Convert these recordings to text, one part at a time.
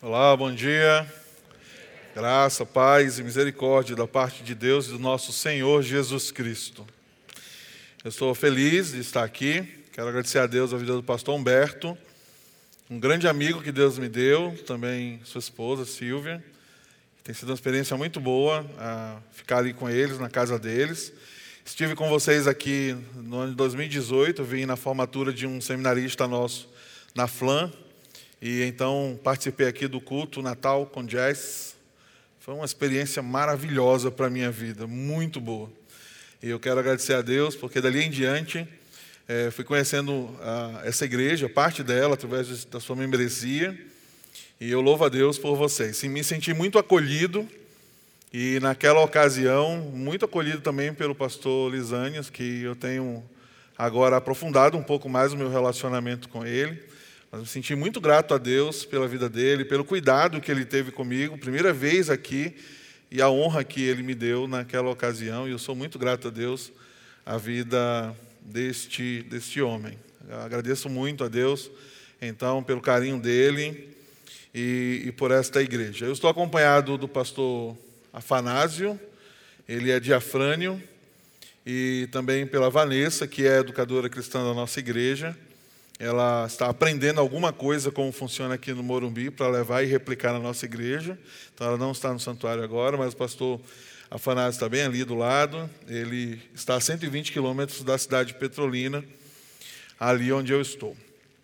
Olá, bom dia. Graça, paz e misericórdia da parte de Deus e do nosso Senhor Jesus Cristo. Eu estou feliz de estar aqui. Quero agradecer a Deus a vida do pastor Humberto, um grande amigo que Deus me deu, também sua esposa, Silvia. Tem sido uma experiência muito boa ficar ali com eles, na casa deles. Estive com vocês aqui no ano de 2018, vim na formatura de um seminarista nosso na FLAM, e então participei aqui do culto Natal com Jess. Foi uma experiência maravilhosa para a minha vida, muito boa. E eu quero agradecer a Deus, porque dali em diante fui conhecendo essa igreja, parte dela, através da sua membresia, e eu louvo a Deus por vocês. Me senti muito acolhido, e naquela ocasião, muito acolhido também pelo pastor Lisânias, que eu tenho agora aprofundado um pouco mais o meu relacionamento com ele. Mas me senti muito grato a Deus pela vida dele, pelo cuidado que ele teve comigo, primeira vez aqui, e a honra que ele me deu naquela ocasião. E eu sou muito grato a Deus, a vida deste homem. Eu agradeço muito a Deus, então, pelo carinho dele e por esta igreja. Eu estou acompanhado do pastor Afanásio, ele é diafrânio, e também pela Vanessa, que é educadora cristã da nossa igreja. Ela está aprendendo alguma coisa como funciona aqui no Morumbi para levar e replicar na nossa igreja. Então ela não está no santuário agora, mas o pastor Afanásio está bem ali do lado. Ele está a 120 quilômetros da cidade de Petrolina, ali onde eu estou.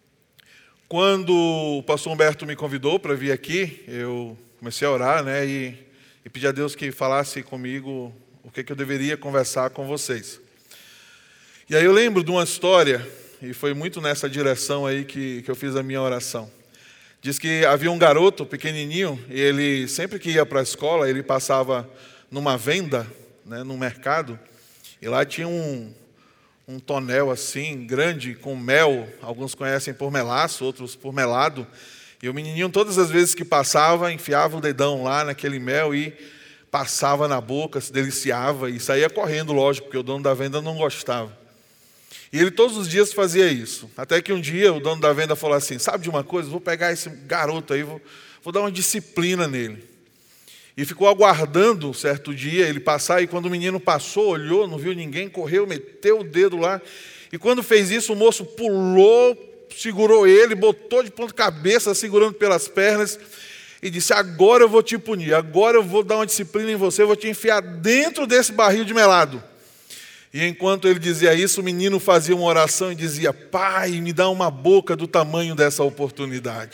Quando o pastor Humberto me convidou para vir aqui, eu comecei a orar, e pedi a Deus que falasse comigo o que eu deveria conversar com vocês. E aí eu lembro de uma história, e foi muito nessa direção aí que eu fiz a minha oração. Diz que havia um garoto pequenininho, e ele sempre que ia para a escola, ele passava numa venda, num mercado, e lá tinha um tonel assim, grande, com mel, alguns conhecem por melaço, outros por melado, e o menininho, todas as vezes que passava, enfiava o dedão lá naquele mel e passava na boca, se deliciava e saía correndo, lógico, porque o dono da venda não gostava. E ele todos os dias fazia isso. Até que um dia o dono da venda falou assim: sabe de uma coisa? Vou pegar esse garoto aí, vou dar uma disciplina nele. E ficou aguardando um certo dia ele passar, e quando o menino passou, olhou, não viu ninguém, correu, meteu o dedo lá. E quando fez isso, o moço pulou, segurou ele, botou de ponta cabeça, segurando pelas pernas, e disse: agora eu vou te punir, agora eu vou dar uma disciplina em você, eu vou te enfiar dentro desse barril de melado. E enquanto ele dizia isso, o menino fazia uma oração e dizia: pai, me dá uma boca do tamanho dessa oportunidade.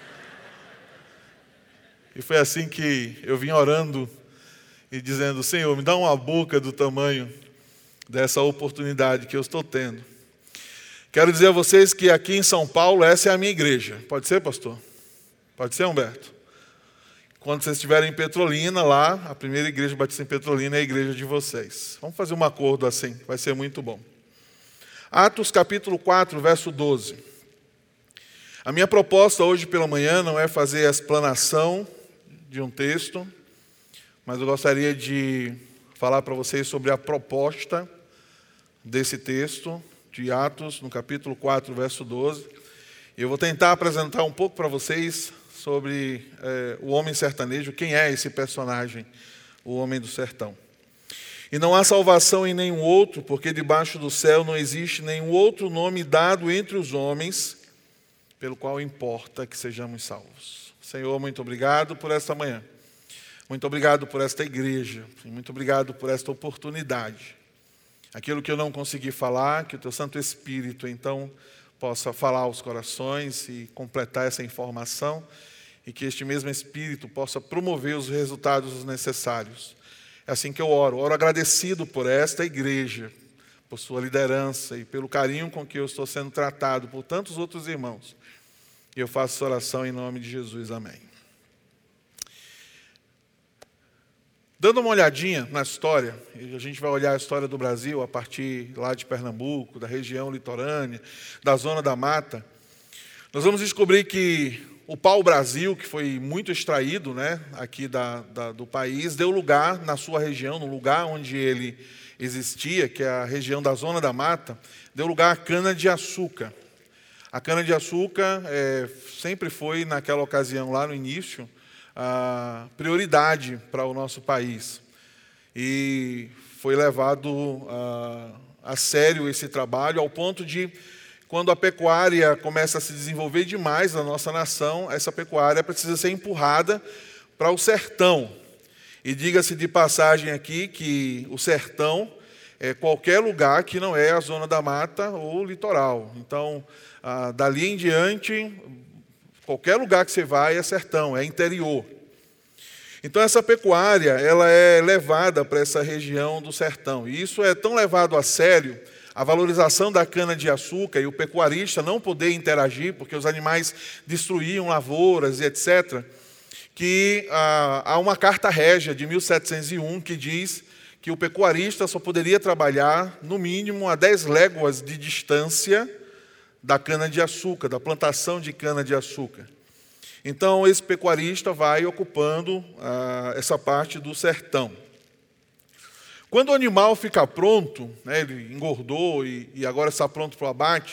E foi assim que eu vim orando e dizendo: Senhor, me dá uma boca do tamanho dessa oportunidade que eu estou tendo. Quero dizer a vocês que aqui em São Paulo, essa é a minha igreja. Pode ser, pastor? Pode ser, Humberto? Quando vocês estiverem em Petrolina, lá, a primeira igreja batista em Petrolina é a igreja de vocês. Vamos fazer um acordo assim, vai ser muito bom. Atos capítulo 4, verso 12. A minha proposta hoje pela manhã não é fazer a explanação de um texto, mas eu gostaria de falar para vocês sobre a proposta desse texto, de Atos, no capítulo 4, verso 12. E eu vou tentar apresentar um pouco para vocês sobre o homem sertanejo, quem é esse personagem, o homem do sertão. E não há salvação em nenhum outro, porque debaixo do céu não existe nenhum outro nome dado entre os homens, pelo qual importa que sejamos salvos. Senhor, muito obrigado por esta manhã. Muito obrigado por esta igreja. Muito obrigado por esta oportunidade. Aquilo que eu não consegui falar, que o Teu Santo Espírito, então, possa falar aos corações e completar essa informação, e que este mesmo Espírito possa promover os resultados necessários. É assim que eu oro. Oro agradecido por esta igreja, por sua liderança e pelo carinho com que eu estou sendo tratado por tantos outros irmãos. E eu faço essa oração em nome de Jesus. Amém. Dando uma olhadinha na história, a gente vai olhar a história do Brasil a partir lá de Pernambuco, da região litorânea, da zona da mata, nós vamos descobrir que o pau-brasil, que foi muito extraído aqui do país, deu lugar na sua região, no lugar onde ele existia, que é a região da zona da mata, deu lugar à cana-de-açúcar. A cana-de-açúcar sempre foi, naquela ocasião, lá no início, a prioridade para o nosso país. E foi levado a sério esse trabalho, ao ponto de, quando a pecuária começa a se desenvolver demais na nossa nação, essa pecuária precisa ser empurrada para o sertão. E diga-se de passagem aqui que o sertão é qualquer lugar que não é a zona da mata ou o litoral. Então, dali em diante, qualquer lugar que você vai é sertão, é interior. Então, essa pecuária ela é levada para essa região do sertão. E isso é tão levado a sério, a valorização da cana-de-açúcar e o pecuarista não poder interagir, porque os animais destruíam lavouras e etc., que há uma carta régia de 1701 que diz que o pecuarista só poderia trabalhar, no mínimo, a 10 léguas de distância da cana-de-açúcar, da plantação de cana-de-açúcar. Então, esse pecuarista vai ocupando essa parte do sertão. Quando o animal fica pronto, né, ele engordou e agora está pronto para o abate,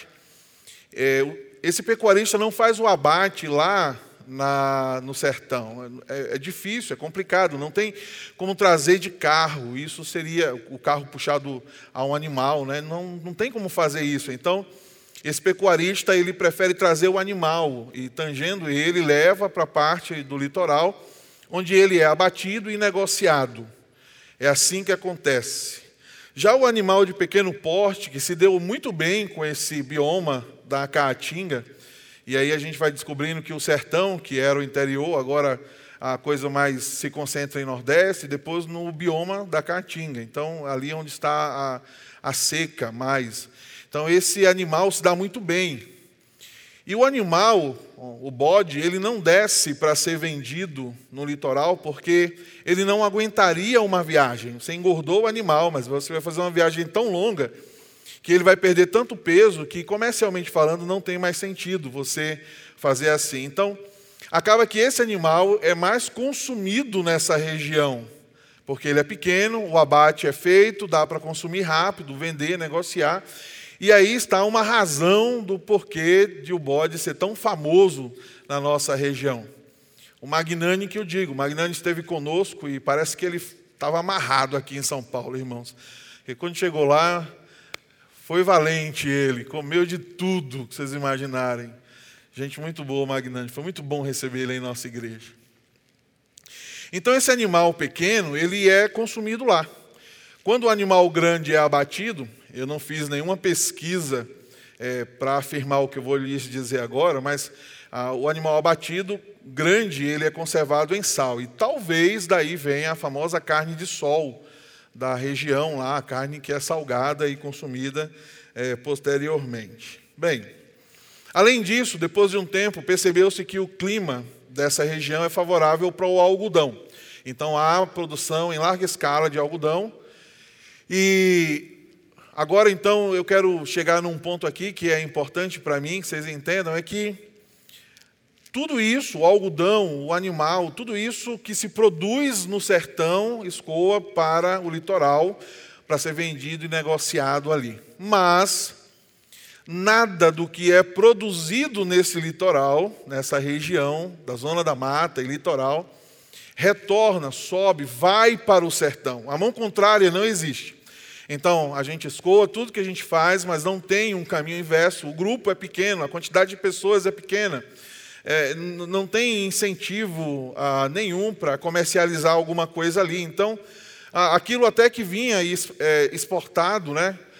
esse pecuarista não faz o abate lá no sertão. É difícil, é complicado, não tem como trazer de carro. Isso seria o carro puxado a um animal, né? Não tem como fazer isso. Então, esse pecuarista ele prefere trazer o animal e, tangendo ele, leva para a parte do litoral, onde ele é abatido e negociado. É assim que acontece. Já o animal de pequeno porte, que se deu muito bem com esse bioma da Caatinga, e aí a gente vai descobrindo que o sertão, que era o interior, agora a coisa mais se concentra em Nordeste, e depois no bioma da Caatinga. Então, ali onde está a seca mais. Então, esse animal se dá muito bem. E o animal, o bode, ele não desce para ser vendido no litoral, porque ele não aguentaria uma viagem. Você engordou o animal, mas você vai fazer uma viagem tão longa que ele vai perder tanto peso que, comercialmente falando, não tem mais sentido você fazer assim. Então, acaba que esse animal é mais consumido nessa região, porque ele é pequeno, o abate é feito, dá para consumir rápido, vender, negociar. E aí está uma razão do porquê de o bode ser tão famoso na nossa região. O Magnani que eu digo, o Magnani esteve conosco e parece que ele estava amarrado aqui em São Paulo, irmãos. Porque quando chegou lá, foi valente ele, comeu de tudo que vocês imaginarem. Gente muito boa, Magnani. Foi muito bom receber ele em nossa igreja. Então, esse animal pequeno, ele é consumido lá. Quando o animal grande é abatido, eu não fiz nenhuma pesquisa para afirmar o que eu vou lhes dizer agora, mas o animal abatido, grande, ele é conservado em sal. E talvez daí venha a famosa carne de sol da região lá, a carne que é salgada e consumida posteriormente. Bem, além disso, depois de um tempo, percebeu-se que o clima dessa região é favorável para o algodão. Então, há produção em larga escala de algodão. E agora, então, eu quero chegar num ponto aqui que é importante para mim, que vocês entendam, é que tudo isso, o algodão, o animal, tudo isso que se produz no sertão, escoa para o litoral, para ser vendido e negociado ali. Mas nada do que é produzido nesse litoral, nessa região, da zona da mata e litoral, retorna, sobe, vai para o sertão. A mão contrária não existe. Então, a gente escoa tudo que a gente faz, mas não tem um caminho inverso. O grupo é pequeno, a quantidade de pessoas é pequena. Não tem incentivo nenhum para comercializar alguma coisa ali. Então, aquilo até que vinha importado,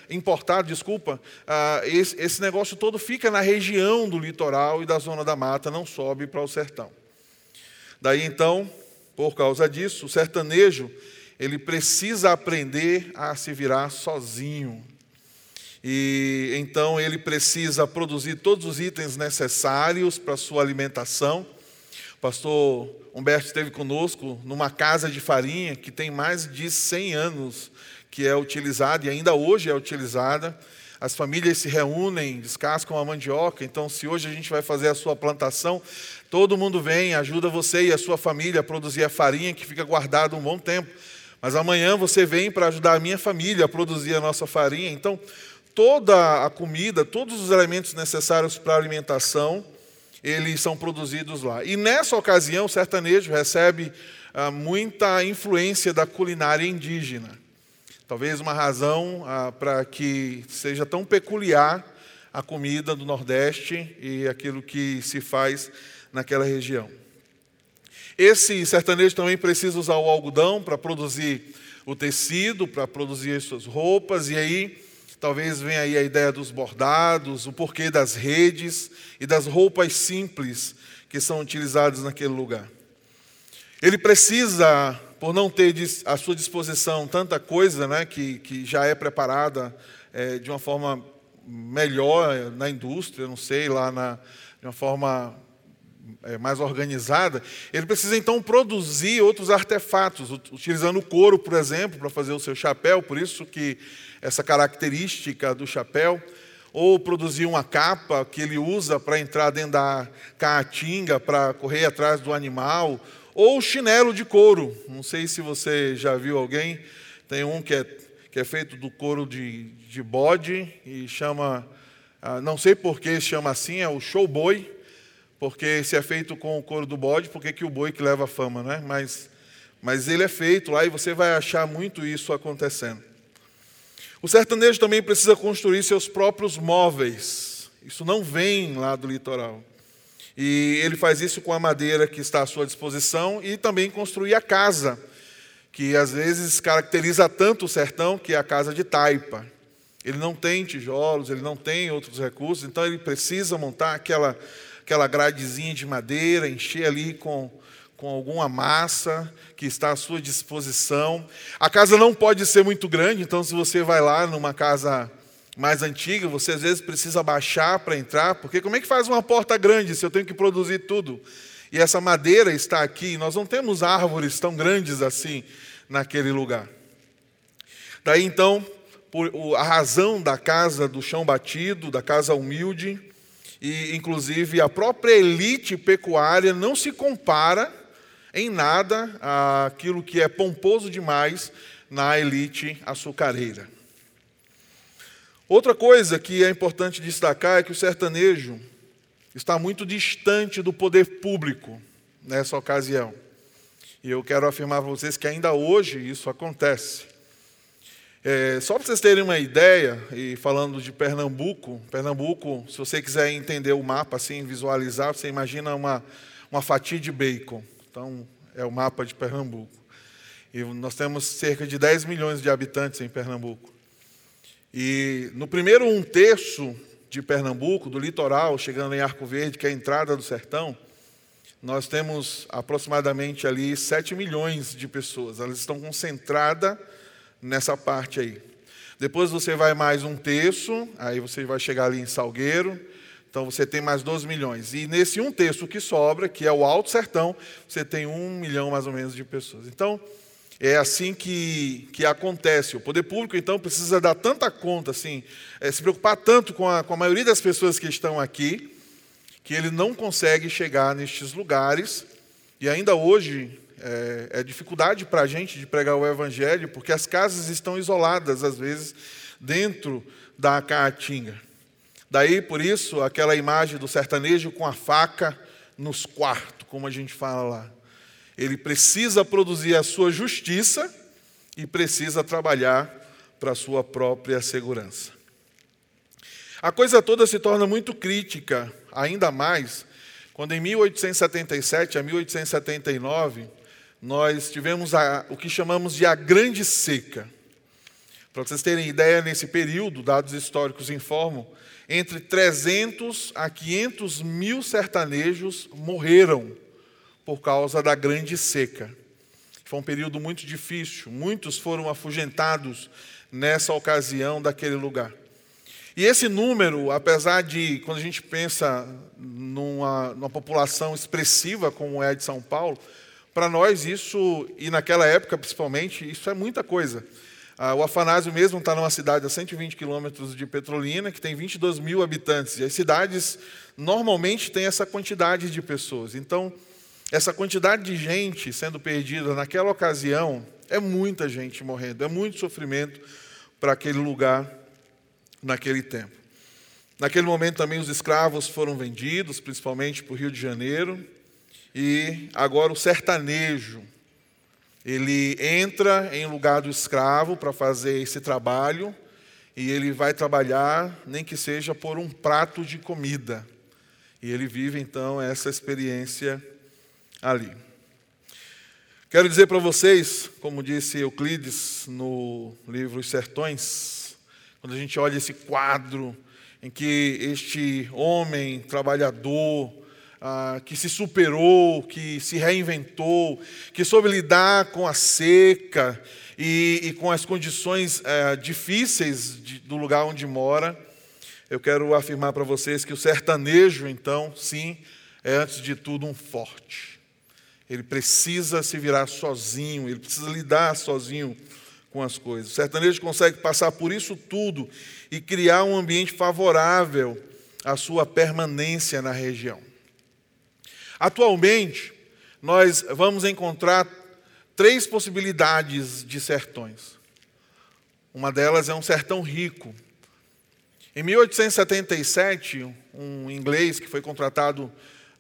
esse negócio todo fica na região do litoral e da zona da mata, não sobe para o sertão. Daí, então, por causa disso, o sertanejo, ele precisa aprender a se virar sozinho. E então ele precisa produzir todos os itens necessários para a sua alimentação. O pastor Humberto esteve conosco numa casa de farinha que tem mais de 100 anos que é utilizada e ainda hoje é utilizada. As famílias se reúnem, descascam a mandioca. Então, se hoje a gente vai fazer a sua plantação, todo mundo vem, ajuda você e a sua família a produzir a farinha que fica guardada um bom tempo. Mas amanhã você vem para ajudar a minha família a produzir a nossa farinha. Então, toda a comida, todos os elementos necessários para a alimentação, eles são produzidos lá. E nessa ocasião, o sertanejo recebe muita influência da culinária indígena. Talvez uma razão para que seja tão peculiar a comida do Nordeste e aquilo que se faz naquela região. Esse sertanejo também precisa usar o algodão para produzir o tecido, para produzir as suas roupas, e aí talvez venha aí a ideia dos bordados, o porquê das redes e das roupas simples que são utilizadas naquele lugar. Ele precisa, por não ter à sua disposição tanta coisa, né, que já é preparada de uma forma melhor na indústria, não sei, lá de uma forma mais organizada, ele precisa então produzir outros artefatos, utilizando o couro, por exemplo, para fazer o seu chapéu, por isso que essa característica do chapéu, ou produzir uma capa que ele usa para entrar dentro da caatinga, para correr atrás do animal, ou chinelo de couro. Não sei se você já viu alguém, tem um que é feito do couro de bode e chama, não sei por que chama assim, é o show boi, porque se é feito com o couro do bode, por que o boi que leva a fama, né? Mas ele é feito lá e você vai achar muito isso acontecendo. O sertanejo também precisa construir seus próprios móveis. Isso não vem lá do litoral. E ele faz isso com a madeira que está à sua disposição e também construir a casa, que às vezes caracteriza tanto o sertão, que é a casa de taipa. Ele não tem tijolos, ele não tem outros recursos, então ele precisa montar aquela gradezinha de madeira, encher ali com alguma massa que está à sua disposição. A casa não pode ser muito grande, então se você vai lá numa casa mais antiga, você às vezes precisa baixar para entrar, porque como é que faz uma porta grande se eu tenho que produzir tudo? E essa madeira está aqui, nós não temos árvores tão grandes assim naquele lugar. Daí então, a razão da casa do chão batido, da casa humilde, e inclusive a própria elite pecuária não se compara em nada àquilo que é pomposo demais na elite açucareira. Outra coisa que é importante destacar é que o sertanejo está muito distante do poder público nessa ocasião. E eu quero afirmar para vocês que ainda hoje isso acontece. Só para vocês terem uma ideia, e falando de Pernambuco, se você quiser entender o mapa, assim, visualizar, você imagina uma fatia de bacon. Então, é o mapa de Pernambuco. E nós temos cerca de 10 milhões de habitantes em Pernambuco. E no primeiro 1/3 de Pernambuco, do litoral, chegando em Arco Verde, que é a entrada do sertão, nós temos aproximadamente ali 7 milhões de pessoas. Elas estão concentradas nessa parte aí. Depois você vai mais 1/3, aí você vai chegar ali em Salgueiro, então você tem mais 12 milhões. E nesse 1/3 que sobra, que é o Alto Sertão, você tem 1 milhão mais ou menos de pessoas. Então, é assim que acontece. O poder público, então, precisa dar tanta conta, assim, se preocupar tanto com a maioria das pessoas que estão aqui, que ele não consegue chegar nestes lugares. E ainda hoje é dificuldade para a gente de pregar o Evangelho, porque as casas estão isoladas, às vezes, dentro da caatinga. Daí, por isso, aquela imagem do sertanejo com a faca nos quartos, como a gente fala lá. Ele precisa produzir a sua justiça e precisa trabalhar para a sua própria segurança. A coisa toda se torna muito crítica, ainda mais, quando em 1877 a 1879, nós tivemos o que chamamos de a Grande Seca. Para vocês terem ideia, nesse período, dados históricos informam, entre 300 a 500 mil sertanejos morreram por causa da Grande Seca. Foi um período muito difícil, muitos foram afugentados nessa ocasião daquele lugar. E esse número, apesar de, quando a gente pensa numa população expressiva como é a de São Paulo, para nós isso, e naquela época principalmente, isso é muita coisa. O Afanásio mesmo está numa cidade a 120 quilômetros de Petrolina, que tem 22 mil habitantes. E as cidades normalmente têm essa quantidade de pessoas. Então, essa quantidade de gente sendo perdida naquela ocasião, é muita gente morrendo, é muito sofrimento para aquele lugar naquele tempo. Naquele momento também os escravos foram vendidos, principalmente para o Rio de Janeiro, e agora o sertanejo, ele entra em lugar do escravo para fazer esse trabalho, e ele vai trabalhar, nem que seja por um prato de comida. E ele vive, então, essa experiência ali. Quero dizer para vocês, como disse Euclides no livro Os Sertões, quando a gente olha esse quadro em que este homem trabalhador, que se superou, que se reinventou, que soube lidar com a seca e com as condições difíceis do lugar onde mora, eu quero afirmar para vocês que o sertanejo, então, sim, é antes de tudo um forte. Ele precisa se virar sozinho, ele precisa lidar sozinho com as coisas. O sertanejo consegue passar por isso tudo e criar um ambiente favorável à sua permanência na região. Atualmente, nós vamos encontrar 3 possibilidades de sertões. Uma delas é um sertão rico. Em 1877, um inglês que foi contratado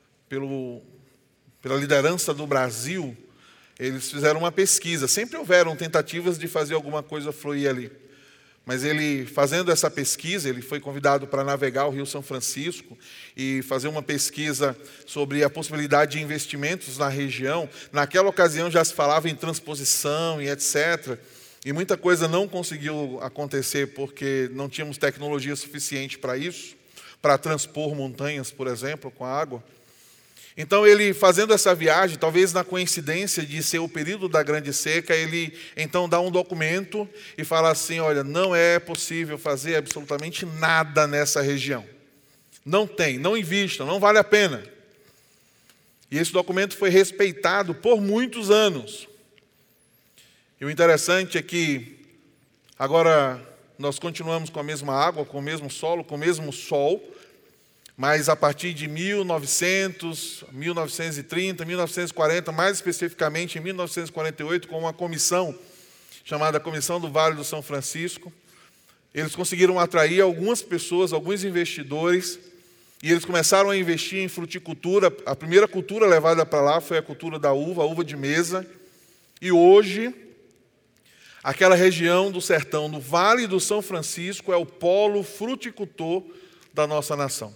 pela liderança do Brasil, eles fizeram uma pesquisa. Sempre houveram tentativas de fazer alguma coisa fluir ali. Mas ele, fazendo essa pesquisa, ele foi convidado para navegar o Rio São Francisco e fazer uma pesquisa sobre a possibilidade de investimentos na região. Naquela ocasião já se falava em transposição e etc. E muita coisa não conseguiu acontecer porque não tínhamos tecnologia suficiente para isso, para transpor montanhas, por exemplo, com a água. Então ele, fazendo essa viagem, talvez na coincidência de ser o período da grande seca, ele então dá um documento e fala assim, olha, não é possível fazer absolutamente nada nessa região. Não tem, não invistam, não vale a pena. E esse documento foi respeitado por muitos anos. E o interessante é que agora nós continuamos com a mesma água, com o mesmo solo, com o mesmo sol, mas a partir de 1900, 1930, 1940, mais especificamente em 1948, com uma comissão chamada Comissão do Vale do São Francisco, eles conseguiram atrair algumas pessoas, alguns investidores, e eles começaram a investir em fruticultura. A primeira cultura levada para lá foi a cultura da uva, a uva de mesa, e hoje aquela região do sertão, do Vale do São Francisco, é o polo fruticultor da nossa nação.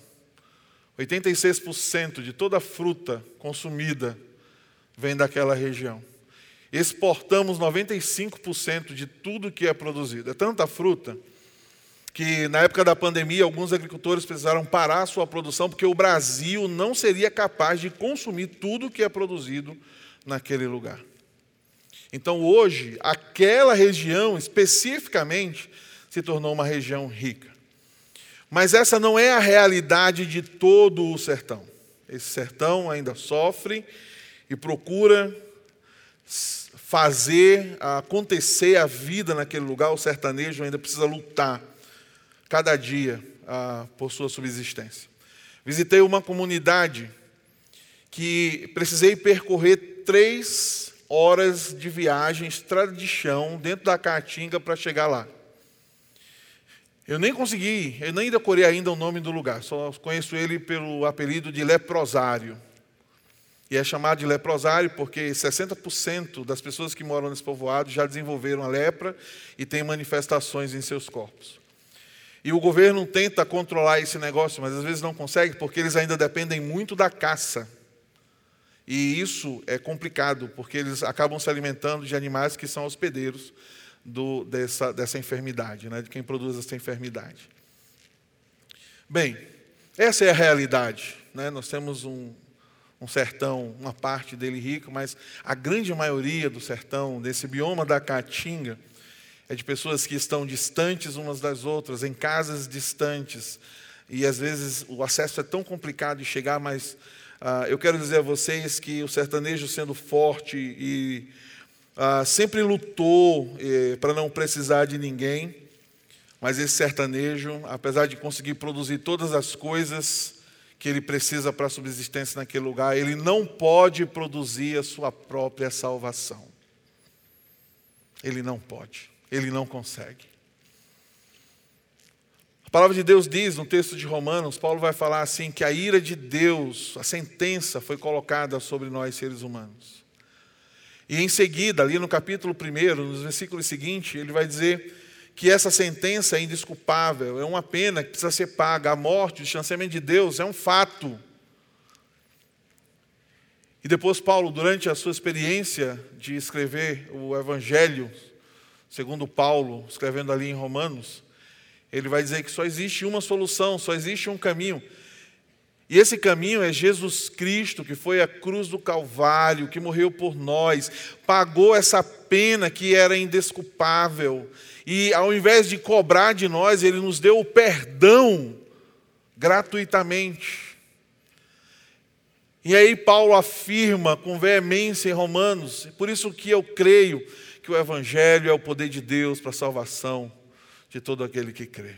86% de toda a fruta consumida vem daquela região. Exportamos 95% de tudo que é produzido. É tanta fruta que, na época da pandemia, alguns agricultores precisaram parar a sua produção porque o Brasil não seria capaz de consumir tudo que é produzido naquele lugar. Então, hoje, aquela região, especificamente, se tornou uma região rica. Mas essa não é a realidade de todo o sertão. Esse sertão ainda sofre e procura fazer acontecer a vida naquele lugar. O sertanejo ainda precisa lutar cada dia por sua subsistência. Visitei uma comunidade que precisei percorrer 3 horas de viagem, estrada de chão, dentro da Caatinga para chegar lá. Eu nem decorei ainda o nome do lugar, só conheço ele pelo apelido de leprosário. E é chamado de leprosário porque 60% das pessoas que moram nesse povoado já desenvolveram a lepra e têm manifestações em seus corpos. E o governo tenta controlar esse negócio, mas às vezes não consegue porque eles ainda dependem muito da caça. E isso é complicado, porque eles acabam se alimentando de animais que são hospedeiros dessa enfermidade, né, de quem produz essa enfermidade. Bem, essa é a realidade, né? Nós temos um sertão, uma parte dele rico, mas a grande maioria do sertão, desse bioma da Caatinga, é de pessoas que estão distantes umas das outras, em casas distantes, e às vezes o acesso é tão complicado de chegar, mas eu quero dizer a vocês que o sertanejo, sendo forte e sempre lutou para não precisar de ninguém, mas esse sertanejo, apesar de conseguir produzir todas as coisas que ele precisa para a subsistência naquele lugar, ele não pode produzir a sua própria salvação. Ele não pode, ele não consegue. A palavra de Deus diz, no texto de Romanos, Paulo vai falar assim, que a ira de Deus, a sentença foi colocada sobre nós seres humanos. E em seguida, ali no capítulo 1, nos versículos seguintes, ele vai dizer que essa sentença é indesculpável, é uma pena que precisa ser paga. A morte, o distanciamento de Deus é um fato. E depois Paulo, durante a sua experiência de escrever o Evangelho, segundo Paulo, escrevendo ali em Romanos, ele vai dizer que só existe uma solução, só existe um caminho. E esse caminho é Jesus Cristo, que foi à cruz do Calvário, que morreu por nós, pagou essa pena que era indesculpável. E ao invés de cobrar de nós, ele nos deu o perdão gratuitamente. E aí Paulo afirma com veemência em Romanos, por isso que eu creio que o Evangelho é o poder de Deus para a salvação de todo aquele que crê.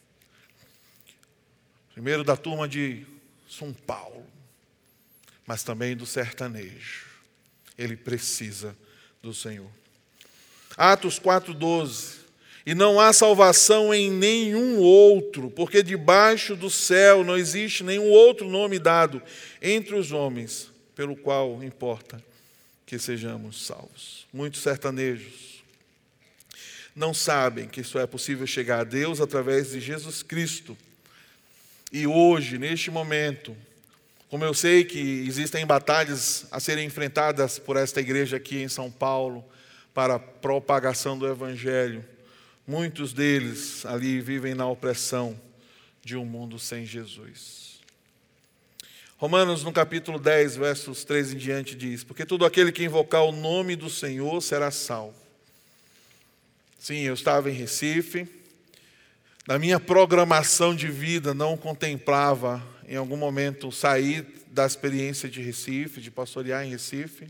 Primeiro da turma de São Paulo, mas também do sertanejo. Ele precisa do Senhor. Atos 4:12. E não há salvação em nenhum outro, porque debaixo do céu não existe nenhum outro nome dado entre os homens, pelo qual importa que sejamos salvos. Muitos sertanejos não sabem que só é possível chegar a Deus através de Jesus Cristo. E hoje, neste momento, como eu sei que existem batalhas a serem enfrentadas por esta igreja aqui em São Paulo, para a propagação do Evangelho, muitos deles ali vivem na opressão de um mundo sem Jesus. Romanos, no capítulo 10, versos 3 em diante, diz: porque todo aquele que invocar o nome do Senhor será salvo. Sim, eu estava em Recife. Na minha programação de vida não contemplava, em algum momento, sair da experiência de Recife, de pastorear em Recife.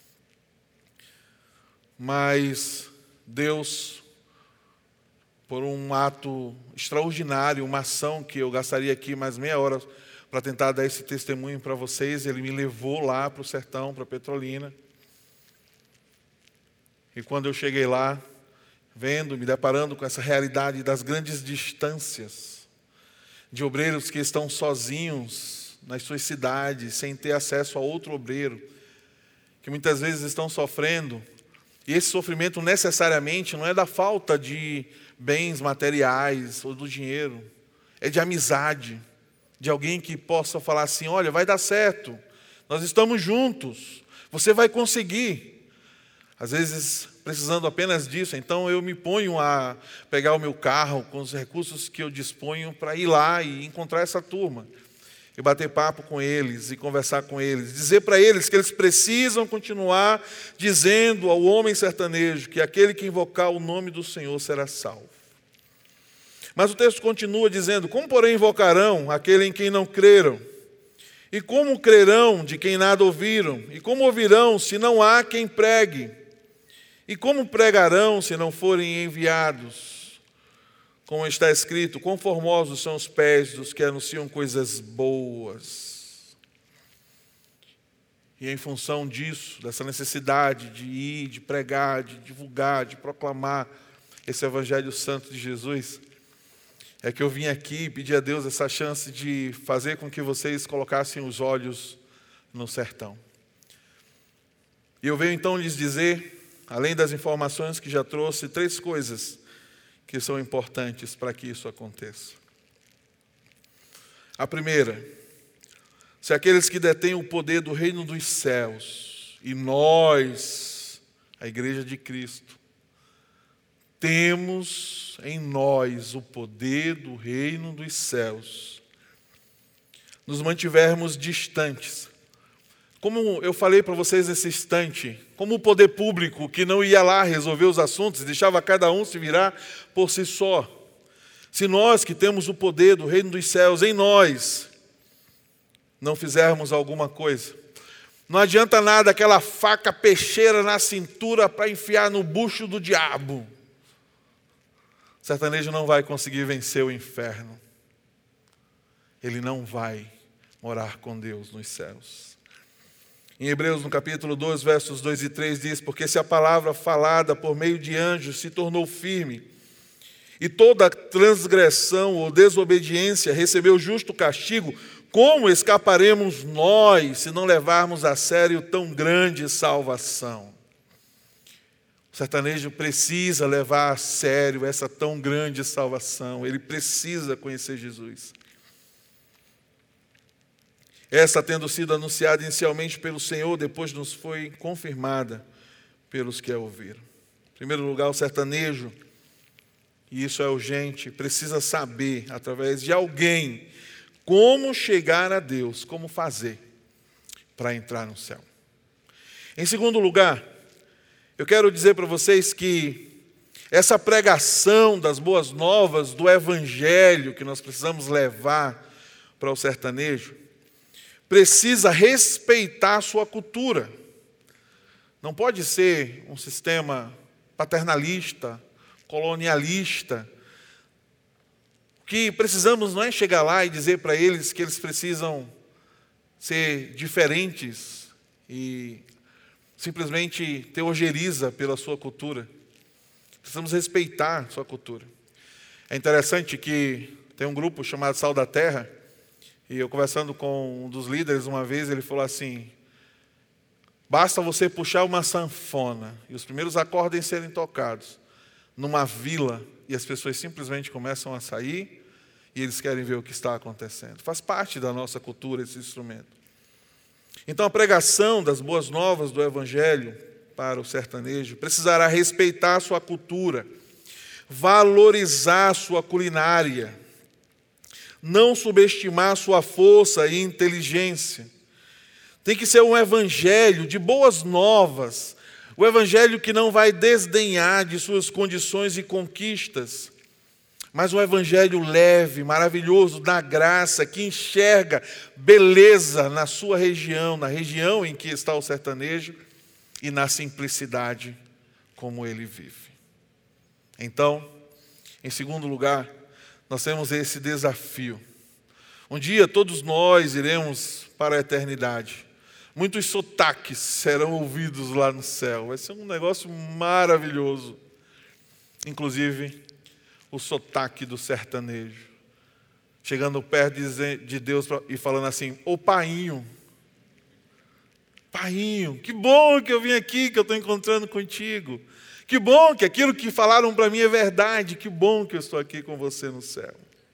Mas Deus, por um ato extraordinário, uma ação que eu gastaria aqui mais meia hora para tentar dar esse testemunho para vocês, Ele me levou lá para o sertão, para Petrolina. E quando eu cheguei lá, me deparando com essa realidade das grandes distâncias, de obreiros que estão sozinhos nas suas cidades, sem ter acesso a outro obreiro, que muitas vezes estão sofrendo, e esse sofrimento necessariamente não é da falta de bens materiais ou do dinheiro, é de amizade, de alguém que possa falar assim: olha, vai dar certo, nós estamos juntos, você vai conseguir. Às vezes, precisando apenas disso, então eu me ponho a pegar o meu carro com os recursos que eu disponho para ir lá e encontrar essa turma. E bater papo com eles e conversar com eles. Dizer para eles que eles precisam continuar dizendo ao homem sertanejo que aquele que invocar o nome do Senhor será salvo. Mas o texto continua dizendo: como porém invocarão aquele em quem não creram? E como crerão de quem nada ouviram? E como ouvirão se não há quem pregue? E como pregarão se não forem enviados? Como está escrito: quão formosos são os pés dos que anunciam coisas boas. E em função disso, dessa necessidade de ir, de pregar, de divulgar, de proclamar esse Evangelho Santo de Jesus, é que eu vim aqui e pedi a Deus essa chance de fazer com que vocês colocassem os olhos no sertão. E eu venho então lhes dizer, além das informações que já trouxe, 3 coisas que são importantes para que isso aconteça. A primeira: se aqueles que detêm o poder do reino dos céus, e nós, a igreja de Cristo, temos em nós o poder do reino dos céus, nos mantivermos distantes. Como eu falei para vocês nesse instante, como o poder público que não ia lá resolver os assuntos, deixava cada um se virar por si só. Se nós que temos o poder do reino dos céus em nós, não fizermos alguma coisa, não adianta nada aquela faca peixeira na cintura para enfiar no bucho do diabo. O sertanejo não vai conseguir vencer o inferno. Ele não vai morar com Deus nos céus. Em Hebreus, no capítulo 2, versos 2 e 3, diz: porque se a palavra falada por meio de anjos se tornou firme, e toda transgressão ou desobediência recebeu justo castigo, como escaparemos nós se não levarmos a sério tão grande salvação? O sertanejo precisa levar a sério essa tão grande salvação. Ele precisa conhecer Jesus. Essa tendo sido anunciada inicialmente pelo Senhor, depois nos foi confirmada pelos que a ouviram. Em primeiro lugar, o sertanejo, e isso é urgente, precisa saber, através de alguém, como chegar a Deus, como fazer para entrar no céu. Em segundo lugar, eu quero dizer para vocês que essa pregação das boas novas, do evangelho que nós precisamos levar para o sertanejo, precisa respeitar a sua cultura. Não pode ser um sistema paternalista, colonialista. O que precisamos não é chegar lá e dizer para eles que eles precisam ser diferentes e simplesmente ter ojeriza pela sua cultura. Precisamos respeitar a sua cultura. É interessante que tem um grupo chamado Sal da Terra, e eu conversando com um dos líderes uma vez, ele falou assim: basta você puxar uma sanfona e os primeiros acordes serem tocados numa vila e as pessoas simplesmente começam a sair e eles querem ver o que está acontecendo. Faz parte da nossa cultura esse instrumento. Então a pregação das boas novas do evangelho para o sertanejo precisará respeitar a sua cultura, valorizar a sua culinária, não subestimar a sua força e inteligência. Tem que ser um evangelho de boas novas, o evangelho que não vai desdenhar de suas condições e conquistas, mas um evangelho leve, maravilhoso, da graça, que enxerga beleza na sua região, na região em que está o sertanejo e na simplicidade como ele vive. Então, em segundo lugar, nós temos esse desafio. Um dia todos nós iremos para a eternidade. Muitos sotaques serão ouvidos lá no céu. Vai ser um negócio maravilhoso. Inclusive, o sotaque do sertanejo. Chegando perto de Deus e falando assim: ô painho, painho, que bom que eu vim aqui, que eu estou encontrando contigo. Que bom que aquilo que falaram para mim é verdade. Que bom que eu estou aqui com você no céu.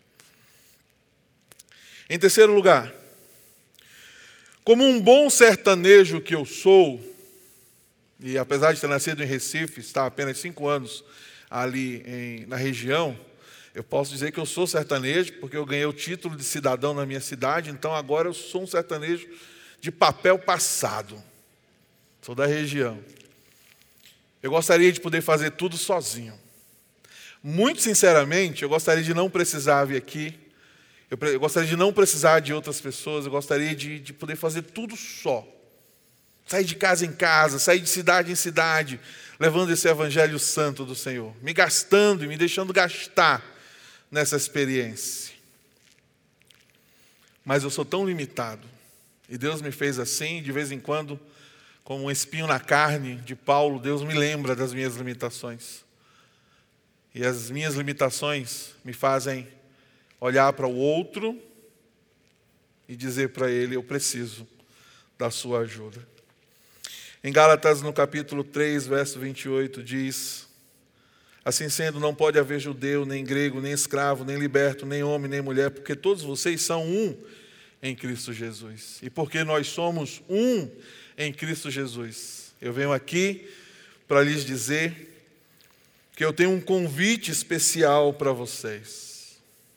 Em terceiro lugar, como um bom sertanejo que eu sou, e apesar de ter nascido em Recife, estar apenas 5 anos ali na região, eu posso dizer que eu sou sertanejo, porque eu ganhei o título de cidadão na minha cidade, então agora eu sou um sertanejo de papel passado. Sou da região. Eu gostaria de poder fazer tudo sozinho. Muito sinceramente, eu gostaria de não precisar vir aqui. Eu gostaria de não precisar de outras pessoas. Eu gostaria de poder fazer tudo só. Sair de casa em casa, sair de cidade em cidade, levando esse evangelho santo do Senhor. Me gastando e me deixando gastar nessa experiência. Mas eu sou tão limitado. E Deus me fez assim, de vez em quando, como um espinho na carne de Paulo, Deus me lembra das minhas limitações. E as minhas limitações me fazem olhar para o outro e dizer para ele: eu preciso da sua ajuda. Em Gálatas, no capítulo 3, verso 28, diz: assim sendo, não pode haver judeu, nem grego, nem escravo, nem liberto, nem homem, nem mulher, porque todos vocês são um em Cristo Jesus. E porque nós somos um em Cristo Jesus, eu venho aqui para lhes dizer que eu tenho um convite especial para vocês.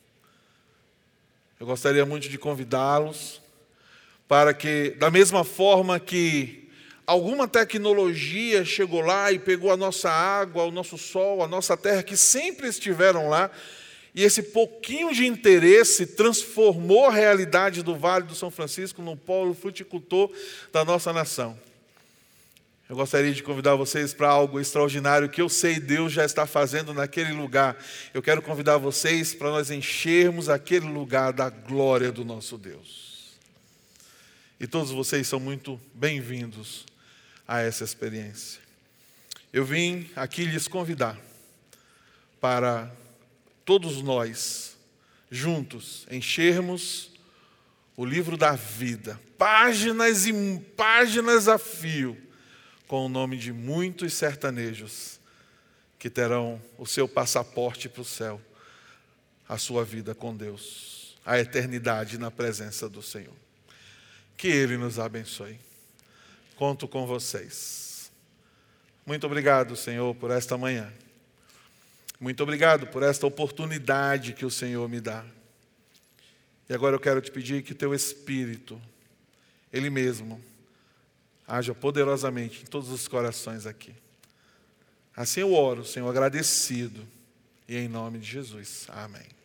Eu gostaria muito de convidá-los para que, da mesma forma que alguma tecnologia chegou lá e pegou a nossa água, o nosso sol, a nossa terra, que sempre estiveram lá, e esse pouquinho de interesse transformou a realidade do Vale do São Francisco no polo fruticultor da nossa nação. Eu gostaria de convidar vocês para algo extraordinário que eu sei Deus já está fazendo naquele lugar. Eu quero convidar vocês para nós enchermos aquele lugar da glória do nosso Deus. E todos vocês são muito bem-vindos a essa experiência. Eu vim aqui lhes convidar para todos nós, juntos, enchermos o livro da vida, páginas e páginas a fio, com o nome de muitos sertanejos que terão o seu passaporte para o céu, a sua vida com Deus, a eternidade na presença do Senhor. Que Ele nos abençoe. Conto com vocês. Muito obrigado, Senhor, por esta manhã. Muito obrigado por esta oportunidade que o Senhor me dá. E agora eu quero te pedir que teu Espírito, Ele mesmo, haja poderosamente em todos os corações aqui. Assim eu oro, Senhor, agradecido. E em nome de Jesus. Amém.